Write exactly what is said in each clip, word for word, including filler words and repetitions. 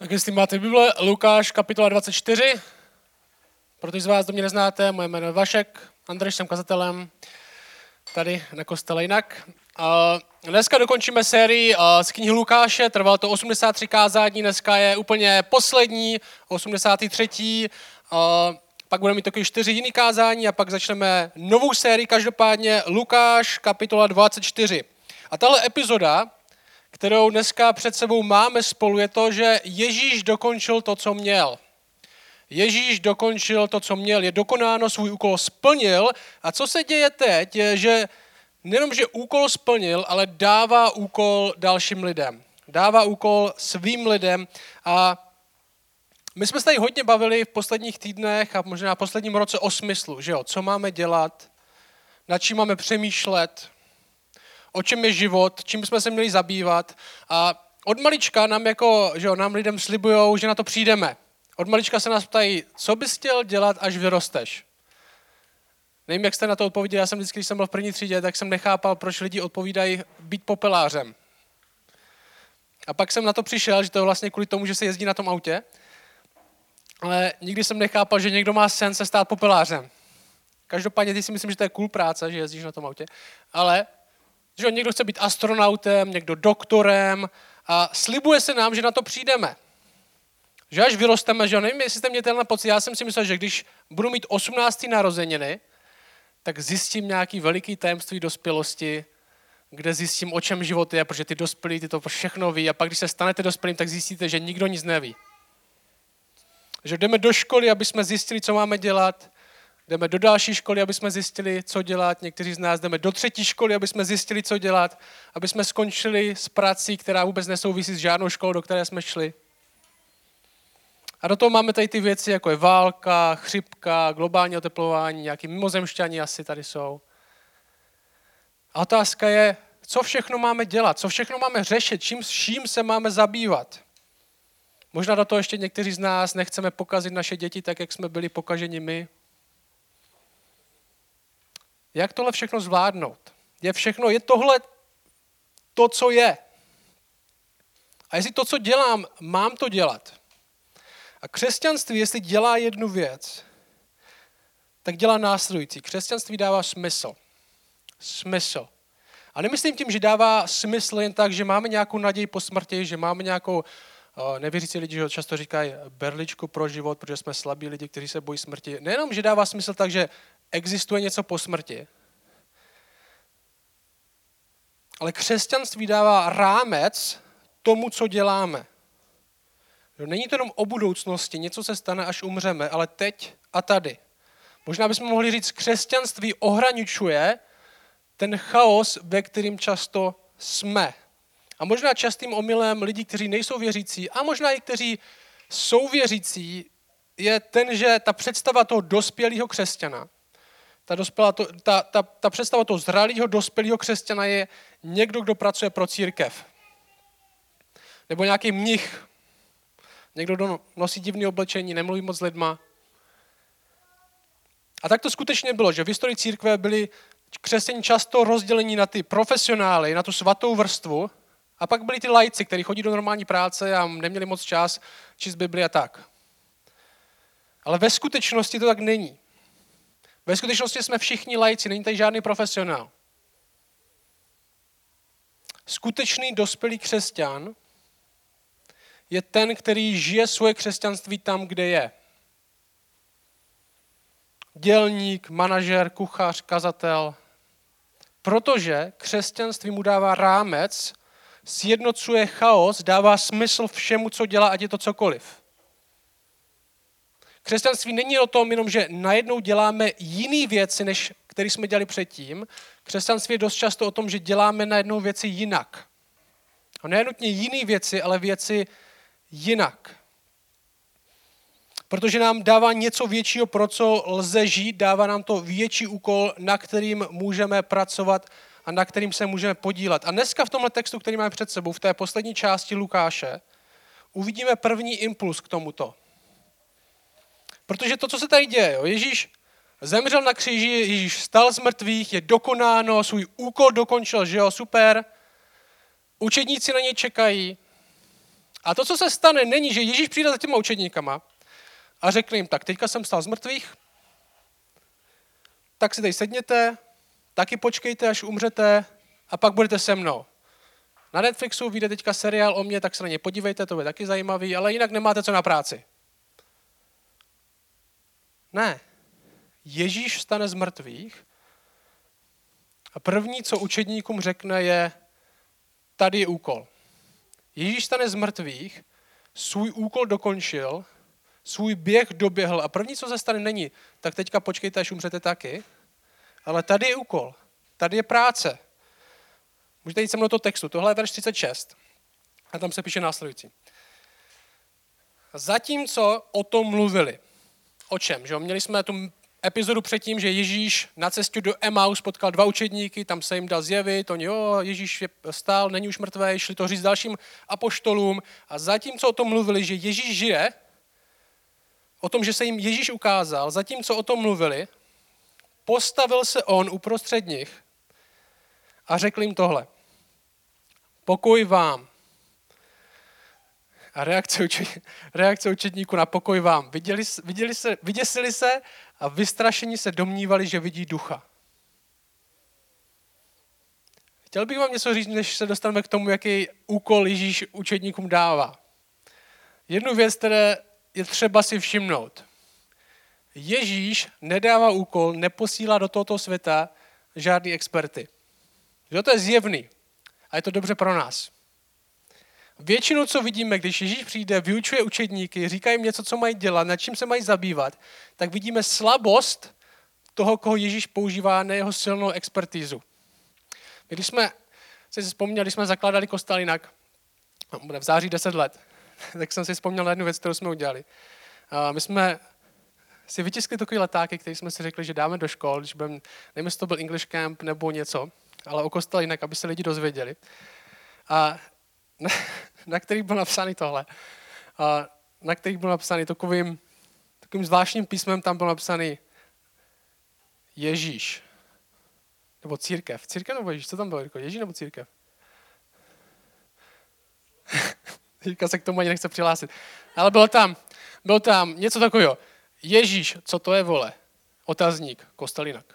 Tak jestli máte Bible, Lukáš, kapitola dvacet čtyři. Pro ty z vás, kdo mě neznáte, moje jméno je Vašek, Andrej, jsem kazatelem tady na kostele jinak. A dneska dokončíme sérii z knihy Lukáše, trvalo to osmdesát tři kázání, dneska je úplně poslední, osmdesát tři. A pak budeme mít taky čtyři jiný kázání a pak začneme novou sérii, každopádně Lukáš, kapitola dvacet čtyři. A tahle epizoda, kterou dneska před sebou máme spolu, je to, že Ježíš dokončil to, co měl. Ježíš dokončil to, co měl, je dokonáno, svůj úkol splnil. A co se děje teď, je, že nejenom, že úkol splnil, ale dává úkol dalším lidem. Dává úkol svým lidem. A my jsme se tady hodně bavili v posledních týdnech a možná v posledním roce o smyslu, že jo? Co máme dělat, nad čím máme přemýšlet, o čem je život, čím jsme se měli zabývat. A od malička nám, jako, že jo, nám lidem slibujou, že na to přijdeme. Od malička se nás ptají, co bys chtěl dělat, až vyrosteš. Nevím, jak jste na to odpověděli, já jsem vždycky, když jsem byl v první třídě, tak jsem nechápal, proč lidi odpovídají být popelářem. A pak jsem na to přišel, že to je vlastně kvůli tomu, že se jezdí na tom autě, ale nikdy jsem nechápal, že někdo má sen se stát popelářem. Každopádně ty si myslím, že to je cool práce, že jezdíš na tom autě, ale že někdo chce být astronautem, někdo doktorem a slibuje se nám, že na to přijdeme. Že až vyrosteme, že nevím, jestli jste měli tenhle pocit, já jsem si myslel, že když budu mít osmnácté narozeniny, tak zjistím nějaký veliký tajemství dospělosti, kde zjistím, o čem život je, protože ty dospělí, ty to všechno ví a pak, když se stanete dospělým, tak zjistíte, že nikdo nic neví. Že jdeme do školy, aby jsme zjistili, co máme dělat, jdeme do další školy, aby jsme zjistili, co dělat, někteří z nás jdeme do třetí školy, aby jsme zjistili, co dělat, aby jsme skončili s prací, která vůbec nesouvisí s žádnou školou, do které jsme šli. A do toho máme tady ty věci, jako je válka, chřipka, globální oteplování, nějaký mimozemšťani asi tady jsou. A otázka je, co všechno máme dělat, co všechno máme řešit, čím, čím se máme zabývat. Možná do toho ještě někteří z nás nechceme pokazit naše děti tak, jak jsme byli pokaženi my. Jak tohle všechno zvládnout? Je všechno, je tohle to, co je. A jestli to, co dělám, mám to dělat. A křesťanství, jestli dělá jednu věc, tak dělá následující. Křesťanství dává smysl. Smysl. A nemyslím tím, že dává smysl jen tak, že máme nějakou naději po smrti, že máme nějakou, nevěřící lidi, že často říkají berličku pro život, protože jsme slabí lidi, kteří se bojí smrti. Nejenom, že dává smysl tak, že existuje něco po smrti, ale křesťanství dává rámec tomu, co děláme. Není to jenom o budoucnosti, něco se stane, až umřeme, ale teď a tady. Možná bychom mohli říct, křesťanství ohraničuje ten chaos, ve kterým často jsme. A možná častým omylem lidí, kteří nejsou věřící, a možná i kteří jsou věřící, je ten, že ta představa toho dospělého křesťana, ta, dospělá, to, ta, ta, ta představa toho zralého dospělého křesťana je někdo, kdo pracuje pro církev. Nebo nějaký mnich. Někdo, kdo nosí divné oblečení, nemluví moc s lidma. A tak to skutečně bylo, že v historii církve byli křesťané často rozdělení na ty profesionály, na tu svatou vrstvu, a pak byli ty laici, kteří chodí do normální práce a neměli moc čas číst Bibli a tak. Ale ve skutečnosti to tak není. Ve skutečnosti jsme všichni laici, není tady žádný profesionál. Skutečný dospělý křesťan je ten, který žije svoje křesťanství tam, kde je. Dělník, manažer, kuchař, kazatel. Protože křesťanství mu dává rámec, sjednocuje chaos, dává smysl všemu, co dělá, ať je to cokoliv. Křesťanství není o tom jenom, že najednou děláme jiné věci, než které jsme dělali předtím. Křesťanství je dost často o tom, že děláme najednou věci jinak. A ne nutně jiné věci, ale věci jinak. Protože nám dává něco většího, pro co lze žít, dává nám to větší úkol, na kterým můžeme pracovat a na kterým se můžeme podílet. A dneska v tomhle textu, který máme před sebou, v té poslední části Lukáše, uvidíme první impuls k tomuto. Protože to, co se tady děje, jo, Ježíš zemřel na kříži, Ježíš vstal z mrtvých, je dokonáno, svůj úkol dokončil, že jo, super. Učedníci na něj čekají A to, co se stane, není, že Ježíš přijde za těma učedníkama a řekne jim, tak teďka jsem vstal z mrtvých, tak si tady sedněte, taky počkejte, až umřete a pak budete se mnou. Na Netflixu vyjde teďka seriál o mně, tak se na ně podívejte, to bude taky zajímavý, ale jinak nemáte co na práci. Ne. Ježíš vstane z mrtvých a první, co učedníkům řekne, je, tady je úkol. Ježíš vstane z mrtvých, svůj úkol dokončil, svůj běh doběhl a první, co se stane, není, tak teďka počkejte, až umřete taky, ale tady je úkol, tady je práce. Můžete jít se mnou do textu, tohle je verš třicet šest a tam se píše následující. Zatímco o tom mluvili, o čem? Že? Měli jsme tu epizodu předtím, že Ježíš na cestě do Emaus potkal dva učedníky, tam se jim dal zjevit, oni, jo, Ježíš je stál, není už mrtvý, šli to říct dalším apoštolům a zatímco o tom mluvili, že Ježíš žije, o tom, že se jim Ježíš ukázal, zatímco o tom mluvili, postavil se on uprostřed nich a řekl jim tohle. Pokoj vám. A reakce, reakce učedníků na pokoj vám. Viděli, viděli se, vyděsili se a vystrašení se domnívali, že vidí ducha. Chtěl bych vám něco říct, než se dostaneme k tomu, jaký úkol Ježíš učedníkům dává. Jednu věc, které je třeba si všimnout. Ježíš nedává úkol, neposílá do tohoto světa žádný experty. Že to je zjevný a je to dobře pro nás. Většinou, co vidíme, když Ježíš přijde, vyučuje učedníky, říká jim něco, co mají dělat, nad čím se mají zabývat, tak vidíme slabost toho, koho Ježíš používá, na jeho silnou expertízu. Když jsme si vzpomněli, když jsme zakládali kostel jinak, bude v září deset let, tak jsem si vzpomněl na jednu věc, kterou jsme udělali. A my jsme si vytiskli takové letáky, které jsme si řekli, že dáme do škol, když budeme, nevím, jestli to byl English Camp nebo něco, ale o kostel jinak, aby se lidi dozvěděli. A na, na kterých byl napsaný tohle. A na kterých byl napsaný takovým, takovým zvláštním písmem, tam byl napsaný Ježíš. Nebo církev. Církev nebo Ježíš? Co tam bylo? Ježíš nebo církev? Jirka se k tomu ani nechce přihlásit. Ale bylo tam, bylo tam něco takového. Ježíš, co to je, vole? Otazník, kostel jinak.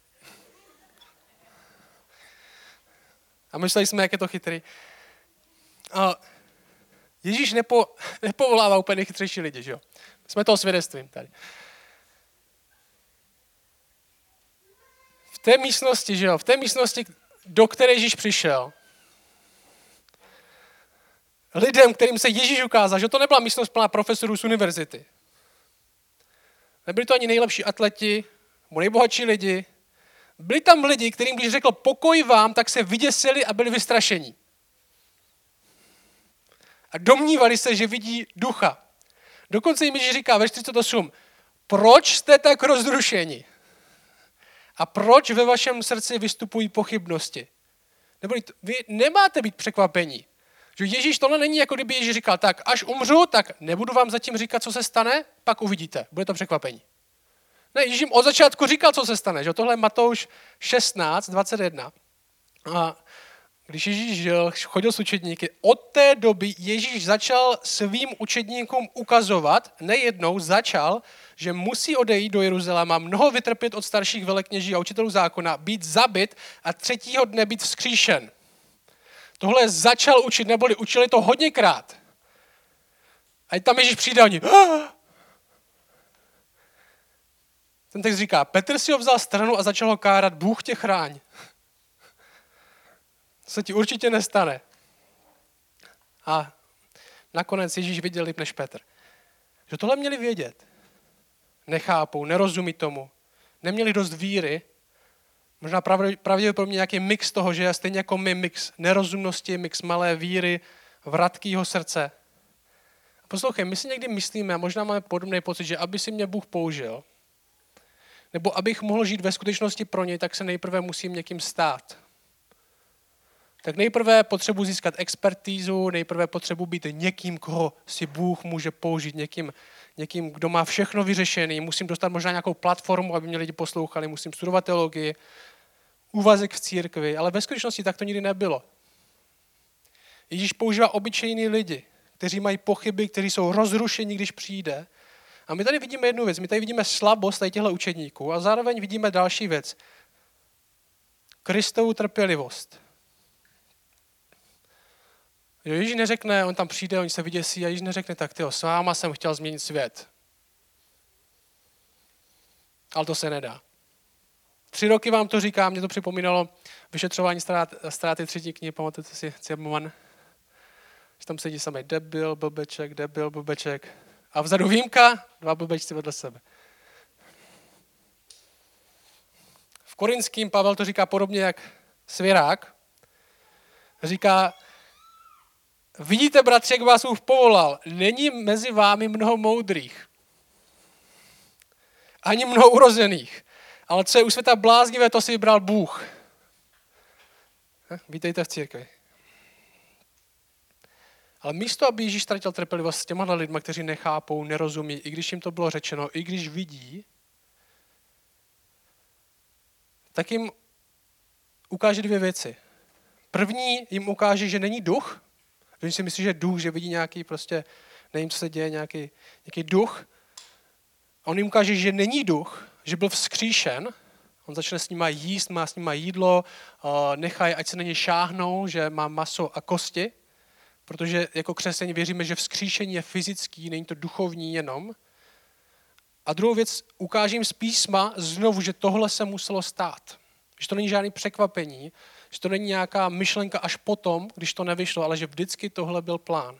A mysleli jsme, jak je to chytrý. A Ježíš nepo, nepovolává úplně nejchytřejší lidi, že jo? Jsme toho svědectvím tady. V té místnosti, že jo? V té místnosti, do které Ježíš přišel, lidem, kterým se Ježíš ukázal, že to nebyla místnost plná profesorů z univerzity. Nebyli to ani nejlepší atleti, nebo nejbohatší lidi. Byli tam lidi, kterým když řekl pokoj vám, tak se vyděsili a byli vystrašení. A domnívali se, že vidí ducha. Dokonce jim Ježíš říká, verš třicet osm, proč jste tak rozrušeni? A proč ve vašem srdci vystupují pochybnosti? Nebo vy nemáte být překvapení. Že Ježíš tohle není, jako kdyby Ježíš říkal, tak až umřu, tak nebudu vám zatím říkat, co se stane, pak uvidíte. Bude to překvapení. Ne, Ježíš jim od začátku říkal, co se stane. Že? Tohle je Matouš šestnáct, dvacet jedna. A když Ježíš žil, chodil s učedníky, od té doby Ježíš začal svým učedníkům ukazovat, nejednou začal, že musí odejít do Jeruzaléma, mnoho vytrpět od starších velekněží a učitelů zákona, být zabit a třetího dne být vzkříšen. Tohle začal učit, neboli učili to hodněkrát. A tam Ježíš přijde a oni... Ten text říká, Petr si ho vzal stranu a začal ho kárat, Bůh tě chráň. To se ti určitě nestane. A nakonec Ježíš viděl líp než Petr. Že tohle měli vědět. Nechápou, nerozumí tomu. Neměli dost víry. Možná pravděpodobně nějaký mix toho, že je stejně jako my, mix nerozumnosti, mix malé víry, vratkýho srdce. A poslouchej, my si někdy myslíme, a možná máme podobný pocit, že aby si mě Bůh použil, nebo abych mohl žít ve skutečnosti pro něj, tak se nejprve musím někým stát. Tak nejprve potřebuji získat expertízu, nejprve potřebuji být někým, koho si Bůh může použít, někým, někým, kdo má všechno vyřešený, musím dostat možná nějakou platformu, aby mě lidi poslouchali, musím studovat teologii, úvazek v církvi, ale ve skutečnosti tak to nikdy nebylo. Ježíš používá obyčejný lidi, kteří mají pochyby, kteří jsou rozrušení, když přijde. A my tady vidíme jednu věc. My tady vidíme slabost tady těchto učedníků a zároveň vidíme další věc. Kristovu trpělivost. Ježíš neřekne, on tam přijde, oni se vyděsí a Ježíš neřekne, tak tyjo, s váma jsem chtěl změnit svět. Ale to se nedá. Tři roky vám to říkám, mě to připomínalo vyšetřování ztráty třetí knihy, pamatujete si Zimmerman? Že tam sedí samý debil, blbeček, debil, blbeček. A vzadu výjimka, dva blbečci vedle sebe. V Korinským Pavel to říká podobně jak svěrák. Říká, vidíte, bratři, jak vás Bůh povolal, není mezi vámi mnoho moudrých. Ani mnoho urozených. Ale co je u světa bláznivé, to si vybral Bůh. Vítejte v církvi. Ale místo, aby Ježíš ztratil trpělivost s těma lidma, kteří nechápou, nerozumí, i když jim to bylo řečeno, i když vidí, tak jim ukáže dvě věci. První jim ukáže, že není duch, že oni si myslí, že je duch, že vidí nějaký prostě, nevím, co se děje, nějaký, nějaký duch. A on jim ukáže, že není duch, že byl vzkříšen, on začne s nima jíst, má s nima jídlo, nechají, ať se na ně šáhnou, že má maso a kosti, protože jako křesťané věříme, že vzkříšení je fyzický, není to duchovní jenom. A druhou věc, ukáže jim z písma znovu, že tohle se muselo stát. Že to není žádný překvapení, že to není nějaká myšlenka až potom, když to nevyšlo, ale že vždycky tohle byl plán.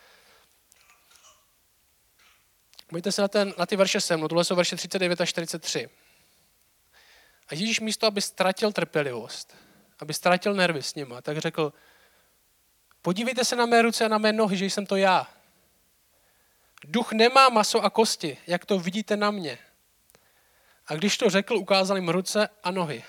Pojďte se na, ten, na ty verše se mnou, tohle jsou verše třicet devět a čtyřicet tři. A Ježíš místo, aby ztratil trpělivost, aby ztratil nervy s nima, tak řekl, podívejte se na mé ruce a na mé nohy, že jsem to já. Duch nemá maso a kosti, jak to vidíte na mě. A když to řekl, ukázal jim ruce a nohy.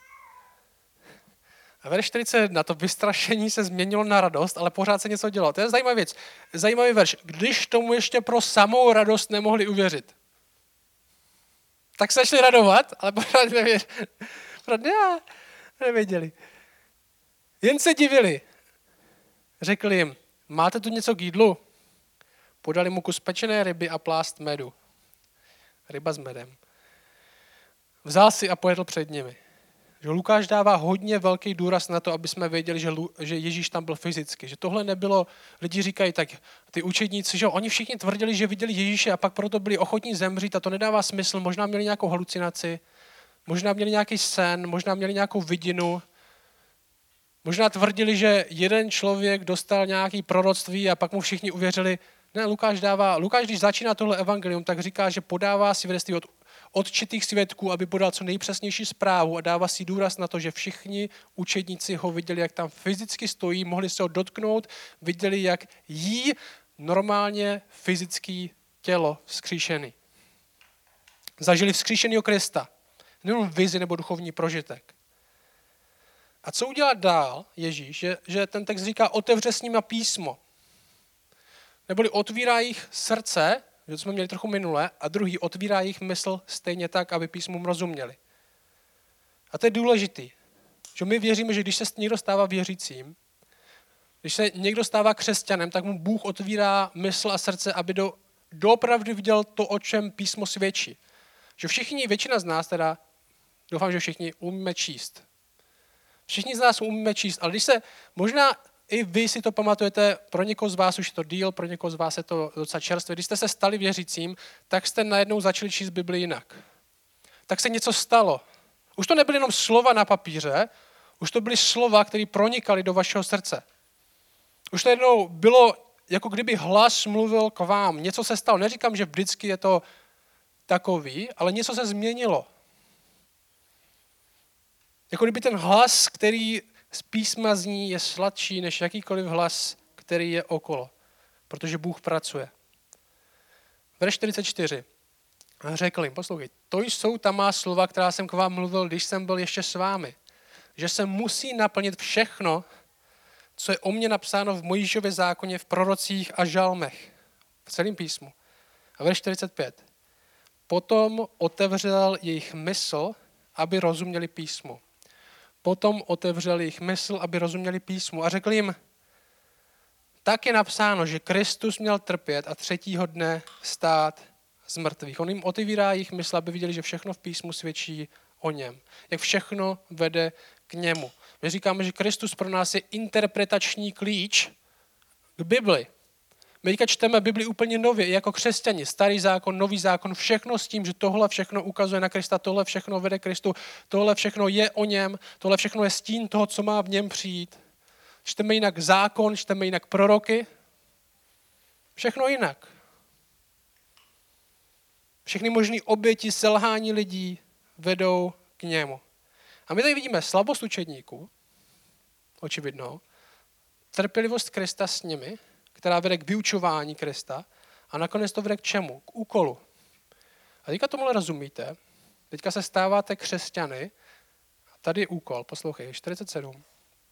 A verš čtyřicet jedna, to vystrašení se změnilo na radost, ale pořád se něco dělo. To je zajímavá věc. Zajímavý verš. Když tomu ještě pro samou radost nemohli uvěřit. Tak se šli radovat, ale pořád nevěřili. Pořád nevěděli. Jen se divili. Řekli jim, máte tu něco k jídlu? Podali mu kus pečené ryby a plást medu. Ryba s medem. Vzal si a pojedl před nimi. Že Lukáš dává hodně velký důraz na to, aby jsme věděli, že, Lu, že Ježíš tam byl fyzicky. Že tohle nebylo, lidi říkají tak, ty učedníci, že oni všichni tvrdili, že viděli Ježíše a pak proto byli ochotní zemřít a to nedává smysl. Možná měli nějakou halucinaci, možná měli nějaký sen, možná měli nějakou vidinu. Možná tvrdili, že jeden člověk dostal nějaký proroctví a pak mu všichni uvěřili. Ne, Lukáš dává, Lukáš, když začíná tohle evangelium, tak říká, že podává svědectví od odčitých svědků, aby podal co nejpřesnější zprávu a dává si důraz na to, že všichni učedníci ho viděli, jak tam fyzicky stojí, mohli se ho dotknout, viděli, jak jí normálně fyzické tělo vzkříšený. Zažili vzkříšenýho Krista. Nejenom vizi nebo duchovní prožitek. A co udělat dál Ježíš, že, že ten text říká, otevře s nima písmo. Neboli otvírá jich srdce, že jsme měli trochu minule, a druhý otvírá jich mysl stejně tak, aby písmům rozuměli. A to je důležitý, že my věříme, že když se někdo stává věřícím, když se někdo stává křesťanem, tak mu Bůh otvírá mysl a srdce, aby do, doopravdy viděl to, o čem písmo svědčí. Že všichni, většina z nás teda, doufám, že všichni umíme číst. Všichni z nás umíme číst, ale když se možná i vy si to pamatujete, pro někoho z vás už je to díl, pro někoho z vás je to docela čerstvé. Když jste se stali věřícím, tak jste najednou začali číst Bibli jinak. Tak se něco stalo. Už to nebyly jenom slova na papíře, už to byly slova, které pronikaly do vašeho srdce. Už to jednou bylo, jako kdyby hlas mluvil k vám. Něco se stalo. Neříkám, že vždycky je to takový, ale něco se změnilo. Jako kdyby ten hlas, který z písma zní, je sladší než jakýkoliv hlas, který je okolo. Protože Bůh pracuje. Verš čtyřicet čtyři. A řekl jim, poslouchej, to jsou ta má slova, která jsem k vám mluvil, když jsem byl ještě s vámi. Že se musí naplnit všechno, co je o mně napsáno v Mojžíšově zákoně, v prorocích a žalmech. V celém písmu. A verš čtyřicet pět. Potom otevřel jejich mysl, aby rozuměli písmu. Potom otevřel jejich mysl, aby rozuměli písmu. A řekl jim, tak je napsáno, že Kristus měl trpět a třetího dne stát z mrtvých. On jim otevírá jejich mysl, aby viděli, že všechno v písmu svědčí o něm. Jak všechno vede k němu. My říkáme, že Kristus pro nás je interpretační klíč k Bibli. My teďka čteme Bibli úplně nově, jako křesťani, starý zákon, nový zákon, všechno s tím, že tohle všechno ukazuje na Krista, tohle všechno vede Kristu, tohle všechno je o něm, tohle všechno je stín toho, co má v něm přijít. Čteme jinak zákon, čteme jinak proroky, všechno jinak. Všechny možné oběti, selhání lidí vedou k němu. A my tady vidíme slabost učedníků, očividnou, trpělivost Krista s nimi, která vede k vyučování Krista a nakonec to vede k čemu? K úkolu. A teďka tomuhle rozumíte, teďka se stáváte křesťany a tady je úkol, poslouchej, čtyřicet sedm.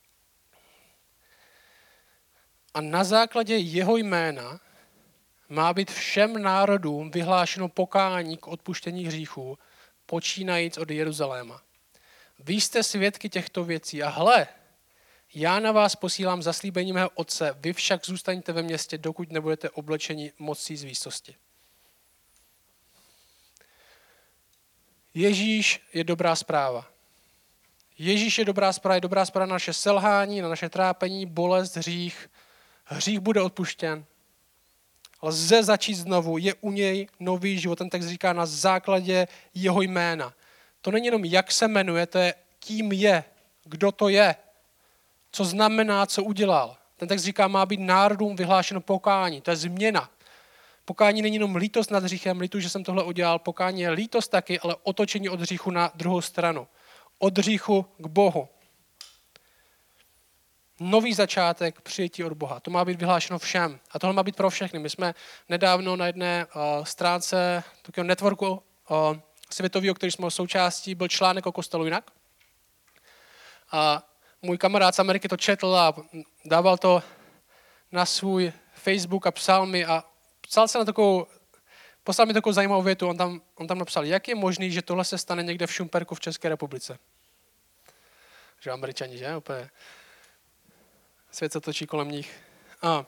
A na základě jeho jména má být všem národům vyhlášeno pokání k odpuštění hříchů, počínajíc od Jeruzaléma. Vy jste svědky těchto věcí a hle, já na vás posílám zaslíbení mého otce, vy však zůstaňte ve městě, dokud nebudete oblečeni mocí z výsosti. Ježíš je dobrá zpráva. Ježíš je dobrá zpráva, je dobrá zpráva na naše selhání, na naše trápení, bolest, hřích. Hřích bude odpuštěn. Lze začít znovu, je u něj nový život. Ten text říká na základě jeho jména. To není jenom jak se jmenuje, to je kým je, kdo to je, co znamená, co udělal. Ten text říká, má být národům vyhlášeno pokání, to je změna. Pokání není jenom lítost nad hříchem, lítu, že jsem tohle udělal, pokání je lítost taky, ale otočení od hříchu na druhou stranu. Od hříchu k Bohu. Nový začátek přijetí od Boha. To má být vyhlášeno všem. A tohle má být pro všechny. My jsme nedávno na jedné uh, stránce takového networku uh, světového, který jsme součástí, byl článek o kostelu jinak. A můj kamarád z Ameriky to četl a dával to na svůj Facebook a psal mi a psal se na takovou, poslal mi takovou zajímavou větu. On tam, on tam napsal, jak je možný, že tohle se stane někde v Šumperku v České republice. Že Američani, že? Úplně. Svět se točí kolem nich. A.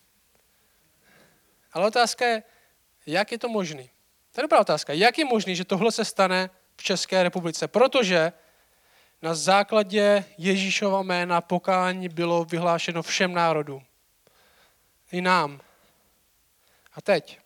Ale otázka je, jak je to možný? To je dobrá otázka. Jak je možný, že tohle se stane v České republice? Protože na základě Ježíšova jména pokání bylo vyhlášeno všem národům. I nám. A teď.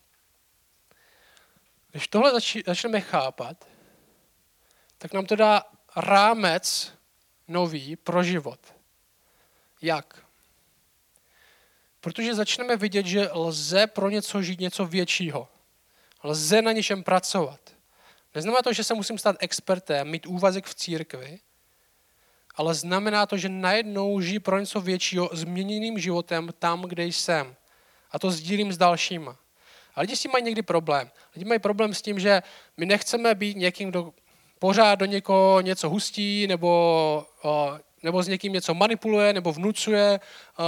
Když tohle zač- začneme chápat, tak nám to dá rámec nový pro život. Jak? Protože začneme vidět, že lze pro něco žít něco většího. Lze na něčem pracovat. Neznamená to, že se musím stát expertem, mít úvazek v církvi, ale znamená to, že najednou žiji pro něco většího změněným životem tam, kde jsem. A to sdílím s dalšíma. A lidi s tím mají někdy problém. Lidi mají problém s tím, že my nechceme být někým, kdo pořád do někoho něco hustí, nebo, nebo s někým něco manipuluje, nebo vnucuje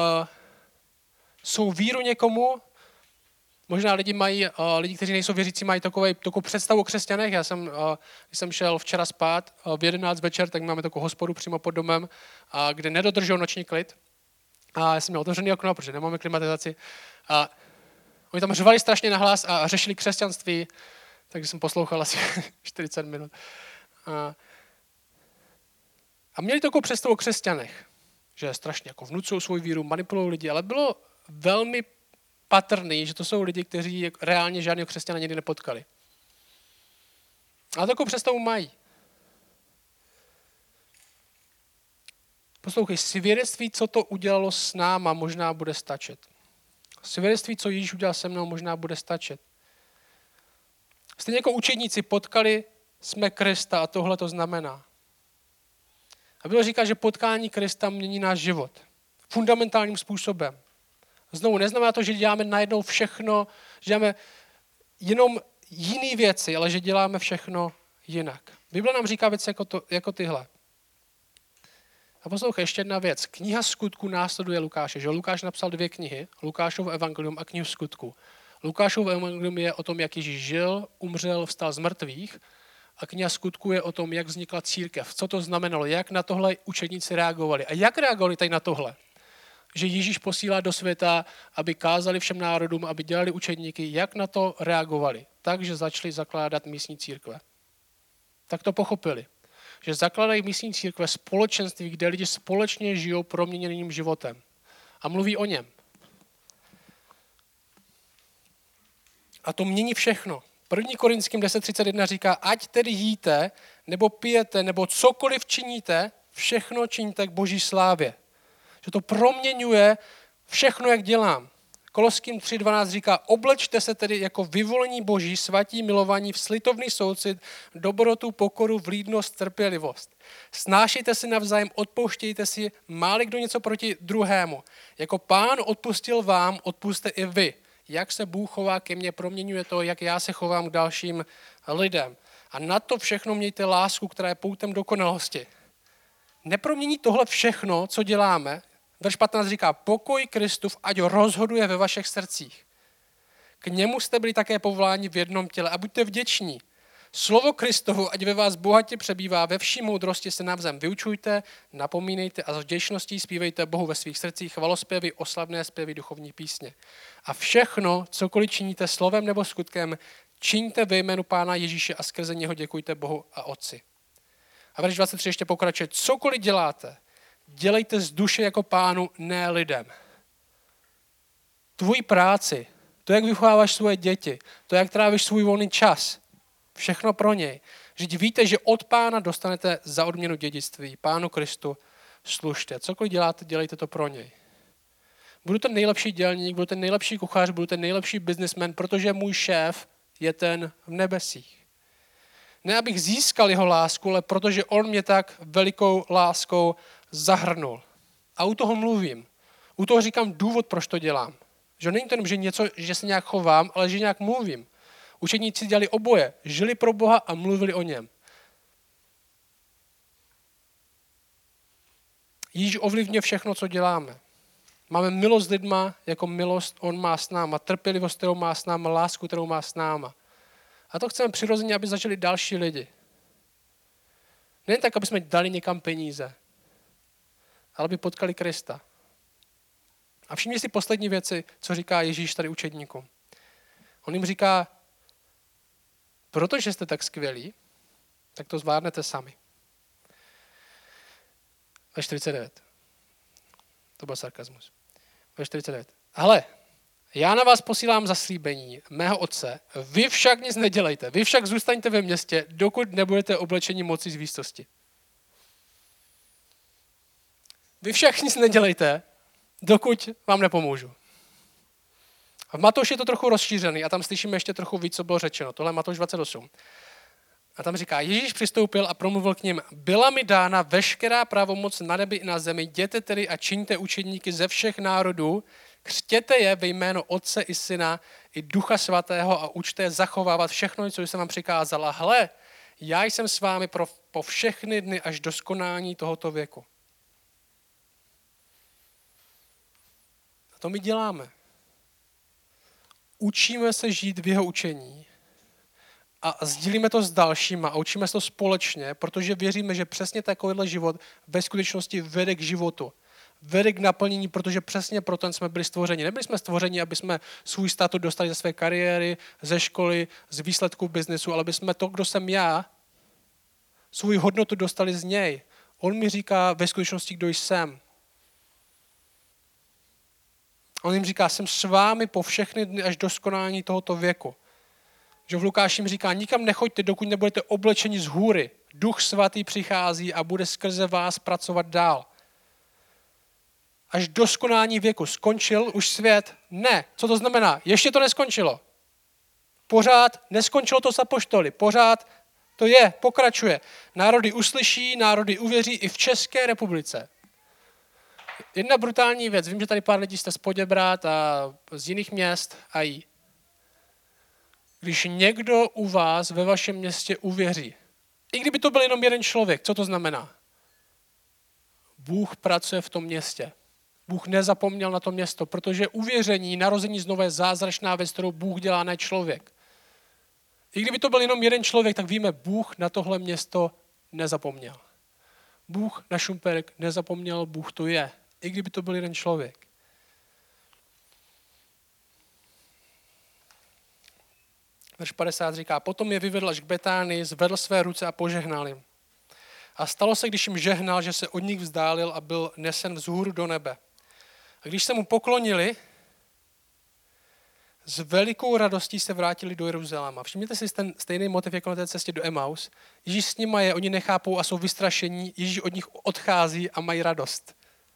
svou víru někomu. Možná lidi mají, lidi, kteří nejsou věřící, mají takovou, takovou představu o křesťanech. Já jsem, když jsem šel včera spát v jedenáct večer, tak máme takovou hospodu přímo pod domem, kde nedodržují noční klid. A já jsem měl otevřený okno, protože nemáme klimatizaci. A oni tam řvali strašně nahlas a řešili křesťanství, takže jsem poslouchal asi čtyřicet minut. A, a měli takovou představu o křesťanech, že strašně jako vnucují svou víru, manipulují lidi, ale bylo velmi patrný, že to jsou lidi, kteří reálně žádného křesťana nikdy nepotkali. A takovou představu mají. Poslouchej, svědectví, co to udělalo s náma, možná bude stačit. Svědectví, co Ježíš udělal se mnou, možná bude stačit. Stejně jako učedníci potkali jsme Krista a tohle to znamená. A Bible říká, že potkání Krista mění náš život. Fundamentálním způsobem. Znovu, neznamená to, že děláme najednou všechno, že děláme jenom jiné věci, ale že děláme všechno jinak. Bible nám říká věci jako, to, jako tyhle. A poslouchej, ještě jedna věc. Kniha Skutků následuje Lukáše. Že? Lukáš napsal dvě knihy, Lukášovo evangelium a knihu Skutků. Lukášovo evangelium je o tom, jak Ježíš žil, umřel, vstal z mrtvých, a kniha Skutků je o tom, jak vznikla církev, co to znamenalo, jak na tohle učedníci reagovali. A jak reagovali tady na tohle? že Ježíš posílá do světa, aby kázali všem národům, aby dělali učedníky, jak na to reagovali? Takže začali zakládat místní církve. Tak to pochopili. Že zakládají místní církve společenství, kde lidi společně žijou proměněným životem. A mluví o něm. A to mění všechno. první Korinským deset třicet jedna říká, ať tedy jíte, nebo pijete, nebo cokoliv činíte, všechno činíte k Boží slávě. Že to proměňuje všechno, jak dělám. Koloským tři dvanáct říká, oblečte se tedy jako vyvolení Boží, svatí, milovaní, v slitovný soucit, dobrotu, pokoru, vlídnost, trpělivost. Snášejte si navzájem, odpouštějte si, má-li kdo něco proti druhému. Jako Pán odpustil vám, odpuste i vy. Jak se Bůh chová ke mně, proměňuje to, jak já se chovám k dalším lidem. A na to všechno mějte lásku, která je poutem dokonalosti. Nepromění tohle všechno, co děláme. Verš patnáct říká, pokoj Kristův, ať rozhoduje ve vašich srdcích. K němu jste byli také povoláni v jednom těle a buďte vděční. Slovo Kristovu, ať ve vás bohatě přebývá, ve vší moudrosti se navzájem vyučujte, napomínejte a s vděčností zpívejte Bohu ve svých srdcích chvalospěvy, oslavné zpěvy, duchovní písně. A všechno, cokoliv činíte slovem nebo skutkem, čiňte ve jménu Pána Ježíše a skrze něho děkujte Bohu a Otci. A verš dvacet tři ještě pokračuje, cokoliv děláte, dělejte z duše jako Pánu, ne lidem. Tvoji práci, to, jak vychováváš svoje děti, to, jak trávíš svůj volný čas, všechno pro něj. Vždyť víte, že od Pána dostanete za odměnu dědictví. Pánu Kristu služte. Cokoliv děláte, dělejte to pro něj. Budu ten nejlepší dělník, budu ten nejlepší kuchař, budu ten nejlepší businessman, protože můj šéf je ten v nebesích. Ne, abych získal jeho lásku, ale protože on mě tak velikou láskou zahrnul. A u toho mluvím. U toho říkám důvod, proč to dělám. Že není to jenom, že, něco, že se nějak chovám, ale že nějak mluvím. Učedníci dělali oboje. Žili pro Boha a mluvili o něm. Ježíš ovlivňuje všechno, co děláme. Máme milost s lidma, jako milost on má s náma, trpělivost, kterou má s náma, lásku, kterou má s náma. A to chceme přirozeně, aby začali další lidi. Nejen tak, aby jsme dali někam peníze, ale aby potkali Krista. A všimni si poslední věci, co říká Ježíš tady učedníkům. On jim říká, protože jste tak skvělí, tak to zvládnete sami. Ve čtyřicet devět. To byl sarkazmus. Ve čtyřicet devět. Ale já na vás posílám zaslíbení mého otce, vy však nic nedělejte, vy však zůstaňte ve městě, dokud nebudete oblečeni moci z výsosti. Vy však nic nedělejte, dokud vám nepomůžu. A v Matouši je to trochu rozšířený a tam slyšíme ještě trochu víc, co bylo řečeno. Tohle je Matouš dvacet osm. A tam říká, Ježíš přistoupil a promluvil k nim, byla mi dána veškerá pravomoc na nebi i na zemi, jděte tedy a čiňte učedníky ze všech národů, křtěte je ve jméno Otce i Syna i Ducha Svatého a učte je zachovávat všechno, co jsem vám přikázala. Hle, já jsem s vámi pro, po všechny dny až do skonání tohoto věku. A to my děláme. Učíme se žít v jeho učení a sdílíme to s dalšíma a učíme se to společně, protože věříme, že přesně takovýhle život ve skutečnosti vede k životu. Vede k naplnění, protože přesně pro ten jsme byli stvořeni. Nebyli jsme stvořeni, aby jsme svůj statut dostali ze své kariéry, ze školy, z výsledků biznesu, ale aby jsme to, kdo jsem já, svou hodnotu dostali z něj. On mi říká ve skutečnosti, kdo jsem. On jim říká, jsem s vámi po všechny dny až do skonání tohoto věku. Že v Lukáši jim říká, nikam nechoďte, dokud nebudete oblečeni z hůry. Duch svatý přichází a bude skrze vás pracovat dál. Až do skonání věku. Skončil už svět? Ne. Co to znamená? Ještě to neskončilo. Pořád neskončilo to s apoštoly. Pořád to je, pokračuje. Národy uslyší, národy uvěří i v České republice. Jedna brutální věc. Vím, že tady pár lidí jste z Poděbrad a z jiných měst a jí. Když někdo u vás ve vašem městě uvěří, i kdyby to byl jenom jeden člověk, co to znamená? Bůh pracuje v tom městě. Bůh nezapomněl na to město, protože uvěření, narození znovu je zázračná věc, kterou Bůh dělá, ne člověk. I kdyby to byl jenom jeden člověk, tak víme, Bůh na tohle město nezapomněl. Bůh na Šumperk nezapomněl, Bůh tu je. i kdyby to byl jeden člověk. Verš padesát říká, potom je vyvedl až k Betánii, zvedl své ruce a požehnal jim. A stalo se, když jim žehnal, že se od nich vzdálil a byl nesen vzhůru do nebe. A když se mu poklonili, s velikou radostí se vrátili do Jeruzaléma. Všimněte si ten stejný motiv jako na té cestě do Emaus. Ježíš s nima je, oni nechápou a jsou vystrašení, Ježíš od nich odchází a mají radost.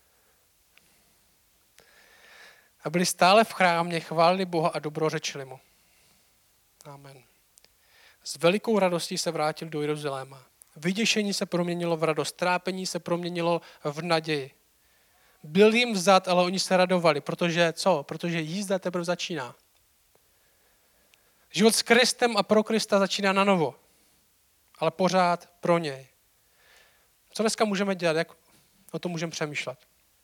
A byli stále v chrámě, chválili Boha a dobrořečili mu. Amen. S velikou radostí se vrátil do Jeruzaléma. Vyděšení se proměnilo v radost, trápení se proměnilo v naději. Byl jim vzat, ale oni se radovali, protože co? Protože jízda teprve začíná. Život s Kristem a pro Krista začíná na novo, ale pořád pro něj. Co dneska můžeme dělat? Jak o tom můžeme přemýšlet?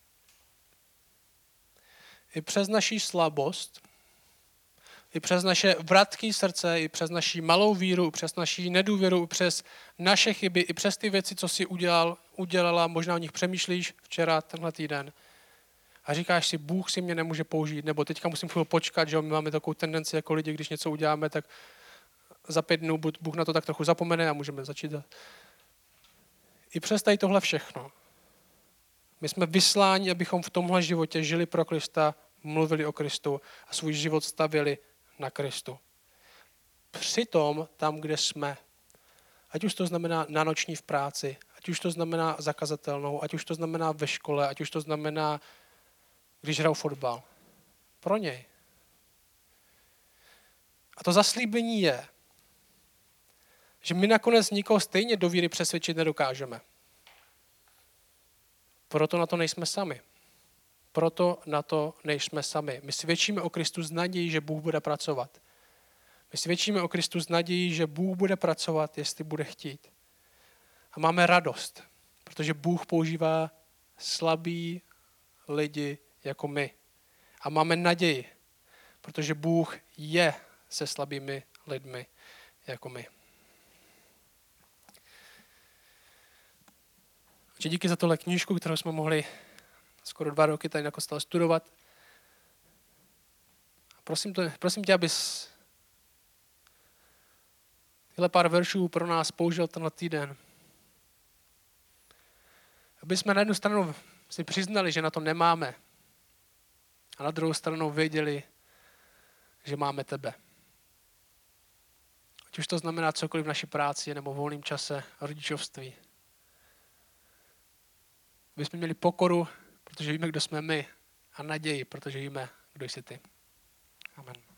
I přes naši slabost, i přes naše vratké srdce, i přes naši malou víru, i přes naši nedůvěru, i přes naše chyby, i přes ty věci, co jsi udělal, udělala, možná o nich přemýšlíš včera, tenhle týden. A říkáš si, Bůh si mě nemůže použít, nebo teďka musím chvíli počkat, že my máme takovou tendenci jako lidi, když něco uděláme, tak za pět dnů Bůh na to tak trochu zapomene a můžeme začít. I přes tady tohle všechno. My jsme vysláni, abychom v tomhle životě žili pro Krista, mluvili o Kristu a svůj život stavěli na Kristu. Přitom tam, kde jsme, ať už to znamená na noční v práci, ať už to znamená zakazatelnou, ať už to znamená ve škole, ať už to znamená, když hraju fotbal. Pro něj. A to zaslíbení je, že my nakonec nikoho stejně do víry přesvědčit nedokážeme. Proto na to nejsme sami. Proto na to nejsme sami. My svědčíme o Kristu z nadějí, že Bůh bude pracovat. My svědčíme o Kristu z nadějí, že Bůh bude pracovat, jestli bude chtít. A máme radost, protože Bůh používá slabý lidi jako my. A máme naději, protože Bůh je se slabými lidmi jako my. Takže díky za tohle knížku, kterou jsme mohli skoro dva roky tady na kostele studovat. Prosím, to, prosím tě, abys tyhle pár veršů pro nás použil tenhle týden. Aby jsme na jednu stranu si přiznali, že na to nemáme. A na druhou stranu věděli, že máme tebe. Ať už to znamená cokoliv v naší práci nebo v volném čase, rodičovství. Aby jsme měli pokoru, protože víme, kdo jsme my, a naději, protože víme, kdo jsi ty. Amen.